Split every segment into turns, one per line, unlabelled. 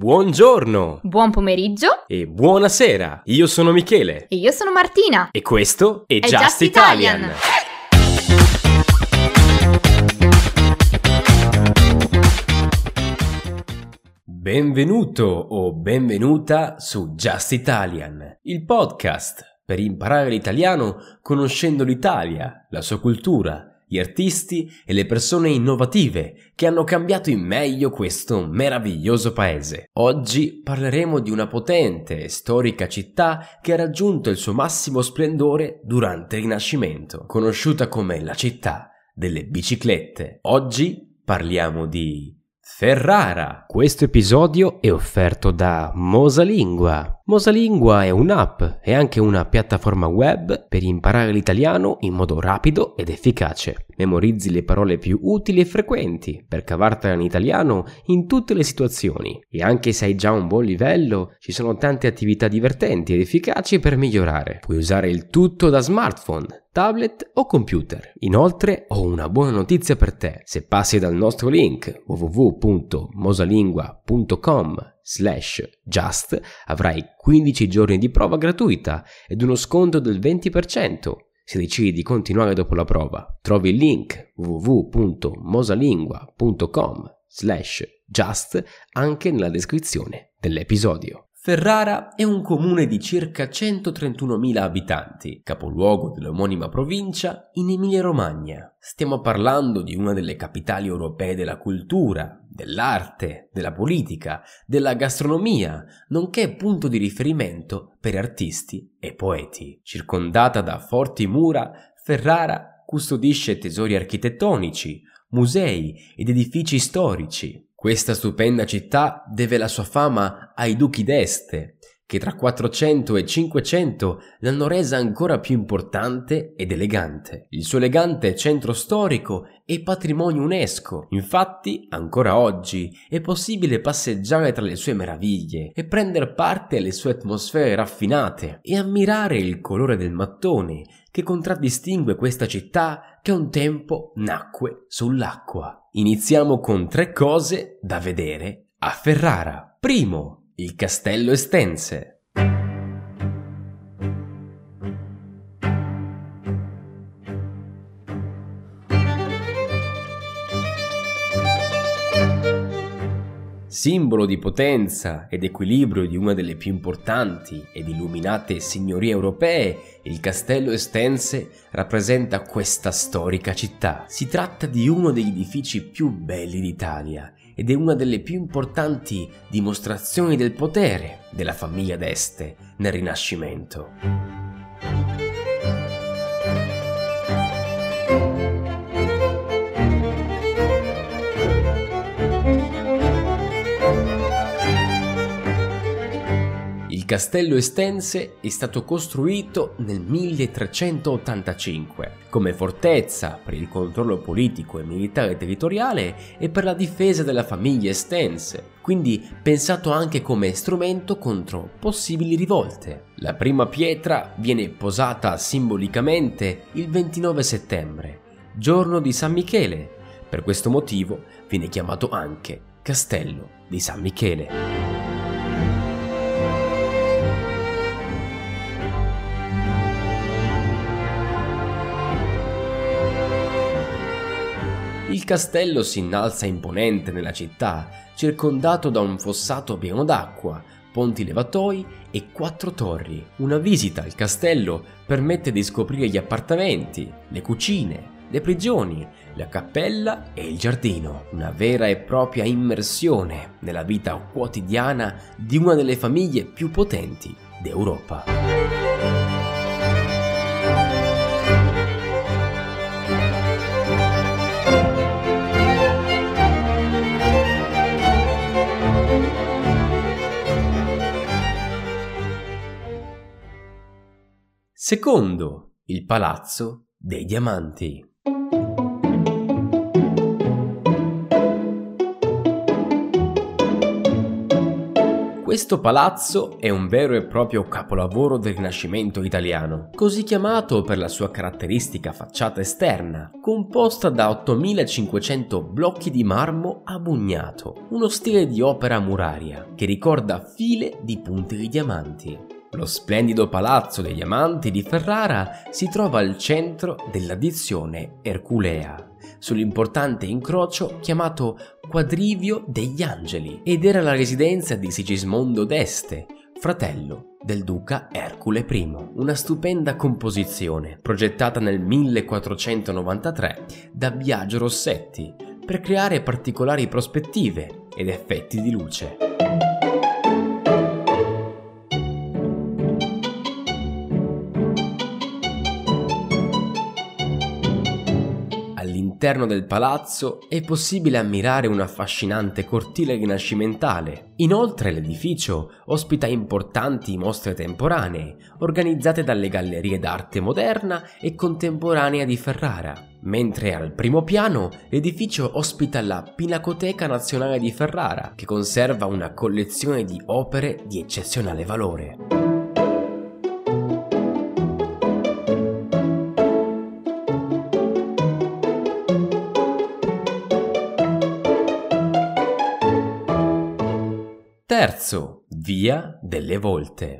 Buongiorno!
Buon pomeriggio!
E buonasera! Io sono Michele.
E io sono Martina.
E questo è
Just
Just
Italian.
Italian. Benvenuto o benvenuta su Just Italian, il podcast per imparare l'italiano conoscendo l'Italia, la sua cultura, gli artisti e le persone innovative che hanno cambiato in meglio questo meraviglioso paese. Oggi parleremo di una potente e storica città che ha raggiunto il suo massimo splendore durante il Rinascimento, conosciuta come la città delle biciclette. Oggi parliamo di Ferrara. Questo episodio è offerto da Mosalingua. Mosalingua è un'app e anche una piattaforma web per imparare l'italiano in modo rapido ed efficace. Memorizzi le parole più utili e frequenti per cavartela in italiano in tutte le situazioni. E anche se hai già un buon livello, ci sono tante attività divertenti ed efficaci per migliorare. Puoi usare il tutto da smartphone, tablet o computer. Inoltre ho una buona notizia per te. Se passi dal nostro link www.mosalingua.com/just avrai 15 giorni di prova gratuita ed uno sconto del 20% se decidi di continuare dopo la prova. Trovi il link www.mosalingua.com/just anche nella descrizione dell'episodio. Ferrara è un comune di circa 131.000 abitanti, capoluogo dell'omonima provincia in Emilia-Romagna. Stiamo parlando di una delle capitali europee della cultura, dell'arte, della politica, della gastronomia, nonché punto di riferimento per artisti e poeti. Circondata da forti mura, Ferrara custodisce tesori architettonici, musei ed edifici storici. Questa stupenda città deve la sua fama ai duchi d'Este, che tra 400 e 500 l'hanno resa ancora più importante ed elegante. Il suo elegante centro storico è patrimonio UNESCO. Infatti, ancora oggi è possibile passeggiare tra le sue meraviglie e prendere parte alle sue atmosfere raffinate e ammirare il colore del mattone che contraddistingue questa città che un tempo nacque sull'acqua. Iniziamo con 3 cose da vedere a Ferrara. Primo, il Castello Estense. Simbolo di potenza ed equilibrio di una delle più importanti ed illuminate signorie europee, il Castello Estense rappresenta questa storica città. Si tratta di uno degli edifici più belli d'Italia ed è una delle più importanti dimostrazioni del potere della famiglia d'Este nel Rinascimento. Il Castello Estense è stato costruito nel 1385 come fortezza per il controllo politico e militare territoriale e per la difesa della famiglia Estense, quindi pensato anche come strumento contro possibili rivolte. La prima pietra viene posata simbolicamente il 29 settembre, giorno di San Michele. Per questo motivo viene chiamato anche Castello di San Michele. Il castello si innalza imponente nella città, circondato da un fossato pieno d'acqua, ponti levatoi e 4 torri. Una visita al castello permette di scoprire gli appartamenti, le cucine, le prigioni, la cappella e il giardino. Una vera e propria immersione nella vita quotidiana di una delle famiglie più potenti d'Europa. Secondo, il Palazzo dei Diamanti. Questo palazzo è un vero e proprio capolavoro del Rinascimento italiano, così chiamato per la sua caratteristica facciata esterna, composta da 8500 blocchi di marmo a bugnato, uno stile di opera muraria che ricorda file di punti di diamanti. Lo splendido Palazzo degli Amanti di Ferrara si trova al centro della dizione Erculea, sull'importante incrocio chiamato Quadrivio degli Angeli, ed era la residenza di Sigismondo d'Este, fratello del duca Ercole I. Una stupenda composizione progettata nel 1493 da Biagio Rossetti per creare particolari prospettive ed effetti di luce. All'interno del palazzo è possibile ammirare un affascinante cortile rinascimentale. Inoltre l'edificio ospita importanti mostre temporanee, organizzate dalle gallerie d'arte moderna e contemporanea di Ferrara, mentre al primo piano l'edificio ospita la Pinacoteca Nazionale di Ferrara, che conserva una collezione di opere di eccezionale valore. Terzo, Via delle Volte.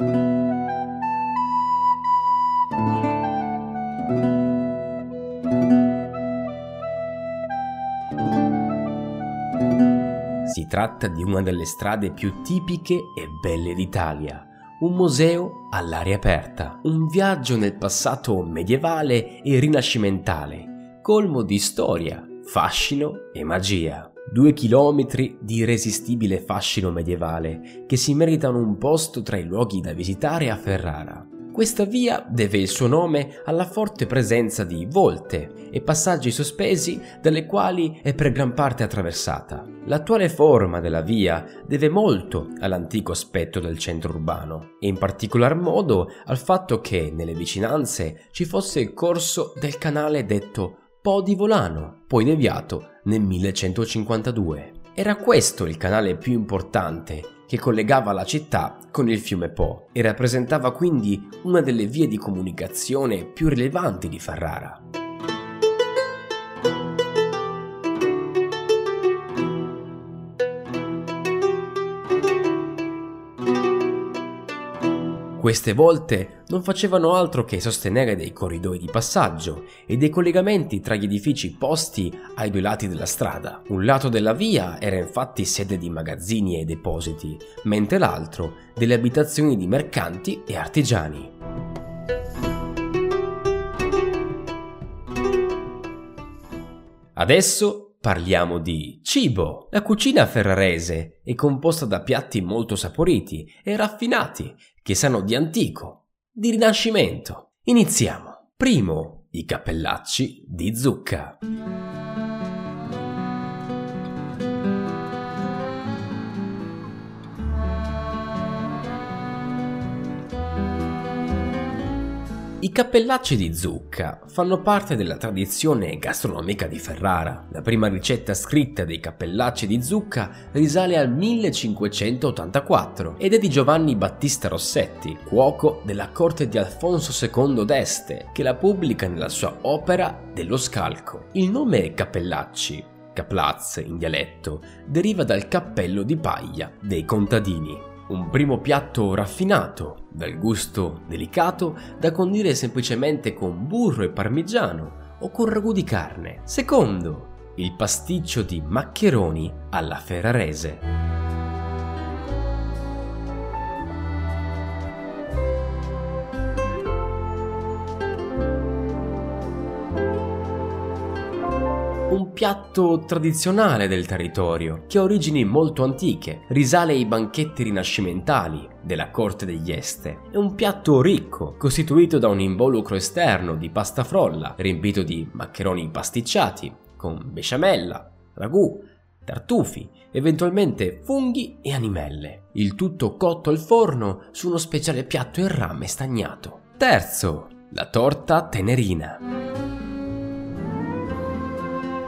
Si tratta di una delle strade più tipiche e belle d'Italia, un museo all'aria aperta, un viaggio nel passato medievale e rinascimentale, colmo di storia, fascino e magia. 2 chilometri di irresistibile fascino medievale che si meritano un posto tra i luoghi da visitare a Ferrara. Questa via deve il suo nome alla forte presenza di volte e passaggi sospesi dalle quali è per gran parte attraversata. L'attuale forma della via deve molto all'antico aspetto del centro urbano e in particolar modo al fatto che nelle vicinanze ci fosse il corso del canale detto Po di Volano, poi deviato nel 1152. Era questo il canale più importante che collegava la città con il fiume Po e rappresentava quindi una delle vie di comunicazione più rilevanti di Ferrara. Queste volte non facevano altro che sostenere dei corridoi di passaggio e dei collegamenti tra gli edifici posti ai 2 lati della strada. Un lato della via era infatti sede di magazzini e depositi, mentre l'altro delle abitazioni di mercanti e artigiani. Adesso parliamo di cibo. La cucina ferrarese è composta da piatti molto saporiti e raffinati che sanno di antico, di rinascimento. Iniziamo. Primo, i cappellacci di zucca. I cappellacci di zucca fanno parte della tradizione gastronomica di Ferrara. La prima ricetta scritta dei cappellacci di zucca risale al 1584 ed è di Giovanni Battista Rossetti, cuoco della corte di Alfonso II d'Este, che la pubblica nella sua opera dello Scalco. Il nome cappellacci, caplaz in dialetto, deriva dal cappello di paglia dei contadini. Un primo piatto raffinato, dal gusto delicato, da condire semplicemente con burro e parmigiano o con ragù di carne. Secondo, il pasticcio di maccheroni alla ferrarese. Un piatto tradizionale del territorio, che ha origini molto antiche, risale ai banchetti rinascimentali della corte degli Este. È un piatto ricco, costituito da un involucro esterno di pasta frolla, riempito di maccheroni pasticciati, con besciamella, ragù, tartufi, eventualmente funghi e animelle. Il tutto cotto al forno su uno speciale piatto in rame stagnato. Terzo, la torta tenerina.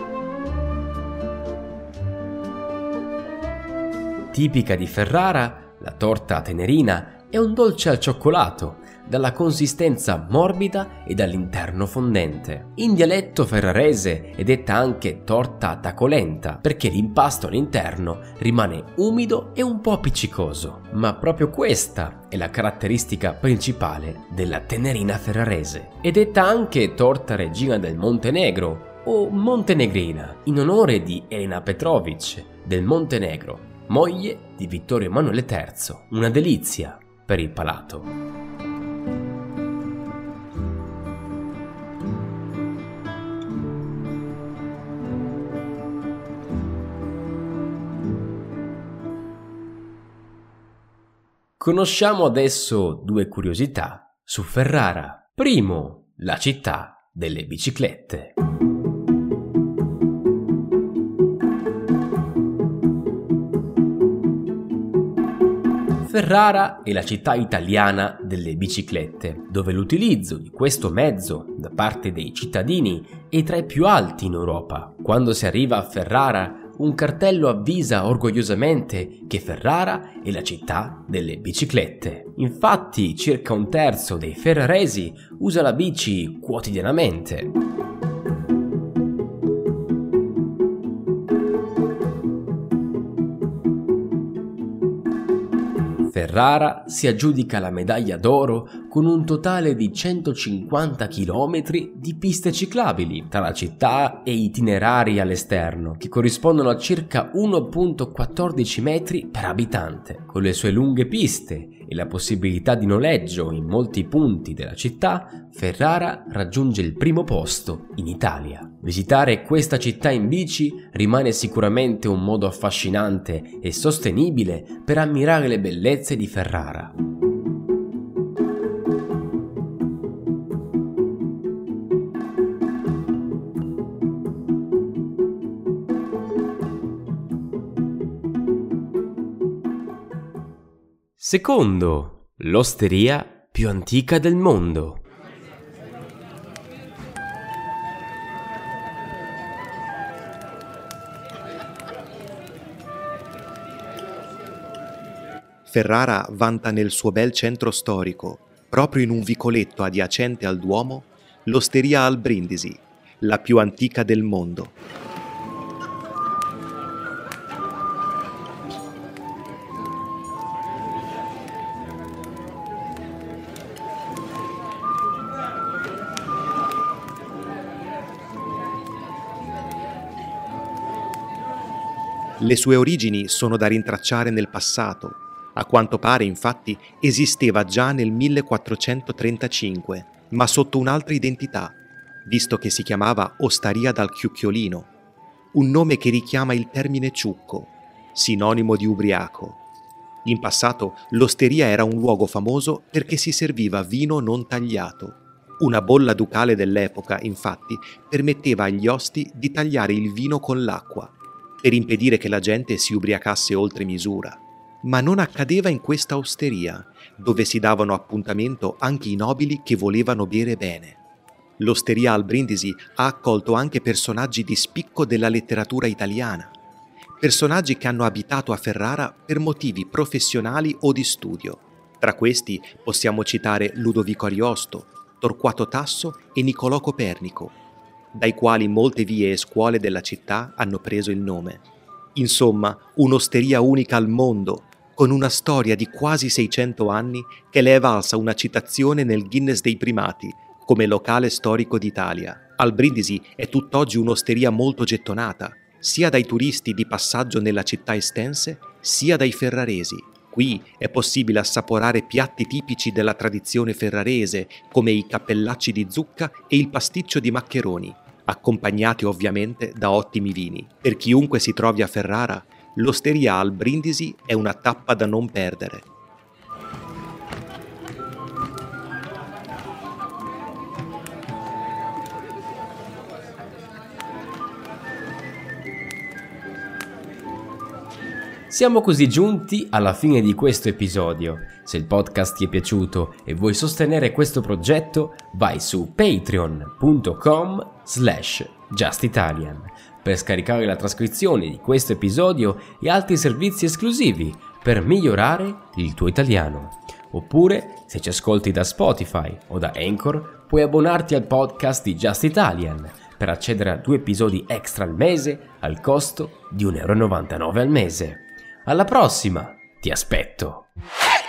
Tipica di Ferrara, La torta tenerina è un dolce al cioccolato, dalla consistenza morbida e dall'interno fondente. In dialetto ferrarese è detta anche torta tacolenta, perché l'impasto all'interno rimane umido e un po' appiccicoso. Ma proprio questa è la caratteristica principale della tenerina ferrarese. È detta anche torta regina del Montenegro o montenegrina, in onore di Elena Petrović del Montenegro, moglie di Vittorio Emanuele III, una delizia per il palato. Conosciamo adesso due curiosità su Ferrara. Primo, la città delle biciclette. Ferrara è la città italiana delle biciclette, dove l'utilizzo di questo mezzo da parte dei cittadini è tra i più alti in Europa. Quando si arriva a Ferrara, un cartello avvisa orgogliosamente che Ferrara è la città delle biciclette. Infatti, circa un terzo dei ferraresi usa la bici quotidianamente. Ferrara si aggiudica la medaglia d'oro con un totale di 150 km di piste ciclabili tra la città e itinerari all'esterno, che corrispondono a circa 1,14 metri per abitante. Con le sue lunghe piste e la possibilità di noleggio in molti punti della città, Ferrara raggiunge il primo posto in Italia. Visitare questa città in bici rimane sicuramente un modo affascinante e sostenibile per ammirare le bellezze di Ferrara. Secondo, l'osteria più antica del mondo.
Ferrara vanta nel suo bel centro storico, proprio in un vicoletto adiacente al Duomo, l'Osteria al Brindisi, la più antica del mondo. Le sue origini sono da rintracciare nel passato. A quanto pare, infatti, esisteva già nel 1435, ma sotto un'altra identità, visto che si chiamava Osteria dal Chiucchiolino, un nome che richiama il termine ciucco, sinonimo di ubriaco. In passato l'osteria era un luogo famoso perché si serviva vino non tagliato. Una bolla ducale dell'epoca, infatti, permetteva agli osti di tagliare il vino con l'acqua, per impedire che la gente si ubriacasse oltre misura. Ma non accadeva in questa osteria, dove si davano appuntamento anche i nobili che volevano bere bene. L'Osteria al Brindisi ha accolto anche personaggi di spicco della letteratura italiana, personaggi che hanno abitato a Ferrara per motivi professionali o di studio. Tra questi possiamo citare Ludovico Ariosto, Torquato Tasso e Niccolò Copernico, dai quali molte vie e scuole della città hanno preso il nome. Insomma, un'osteria unica al mondo, con una storia di quasi 600 anni che le è valsa una citazione nel Guinness dei primati come locale storico d'Italia. Al Brindisi è tutt'oggi un'osteria molto gettonata, sia dai turisti di passaggio nella città estense, sia dai ferraresi. Qui è possibile assaporare piatti tipici della tradizione ferrarese, come i cappellacci di zucca e il pasticcio di maccheroni, accompagnati ovviamente da ottimi vini. Per chiunque si trovi a Ferrara, l'Osteria al Brindisi è una tappa da non perdere.
Siamo così giunti alla fine di questo episodio. Se il podcast ti è piaciuto e vuoi sostenere questo progetto, vai su patreon.com/justitalian per scaricare la trascrizione di questo episodio e altri servizi esclusivi, per migliorare il tuo italiano. Oppure, se ci ascolti da Spotify o da Anchor, puoi abbonarti al podcast di Just Italian per accedere a 2 episodi extra al mese al costo di €1,99 al mese. Alla prossima, ti aspetto!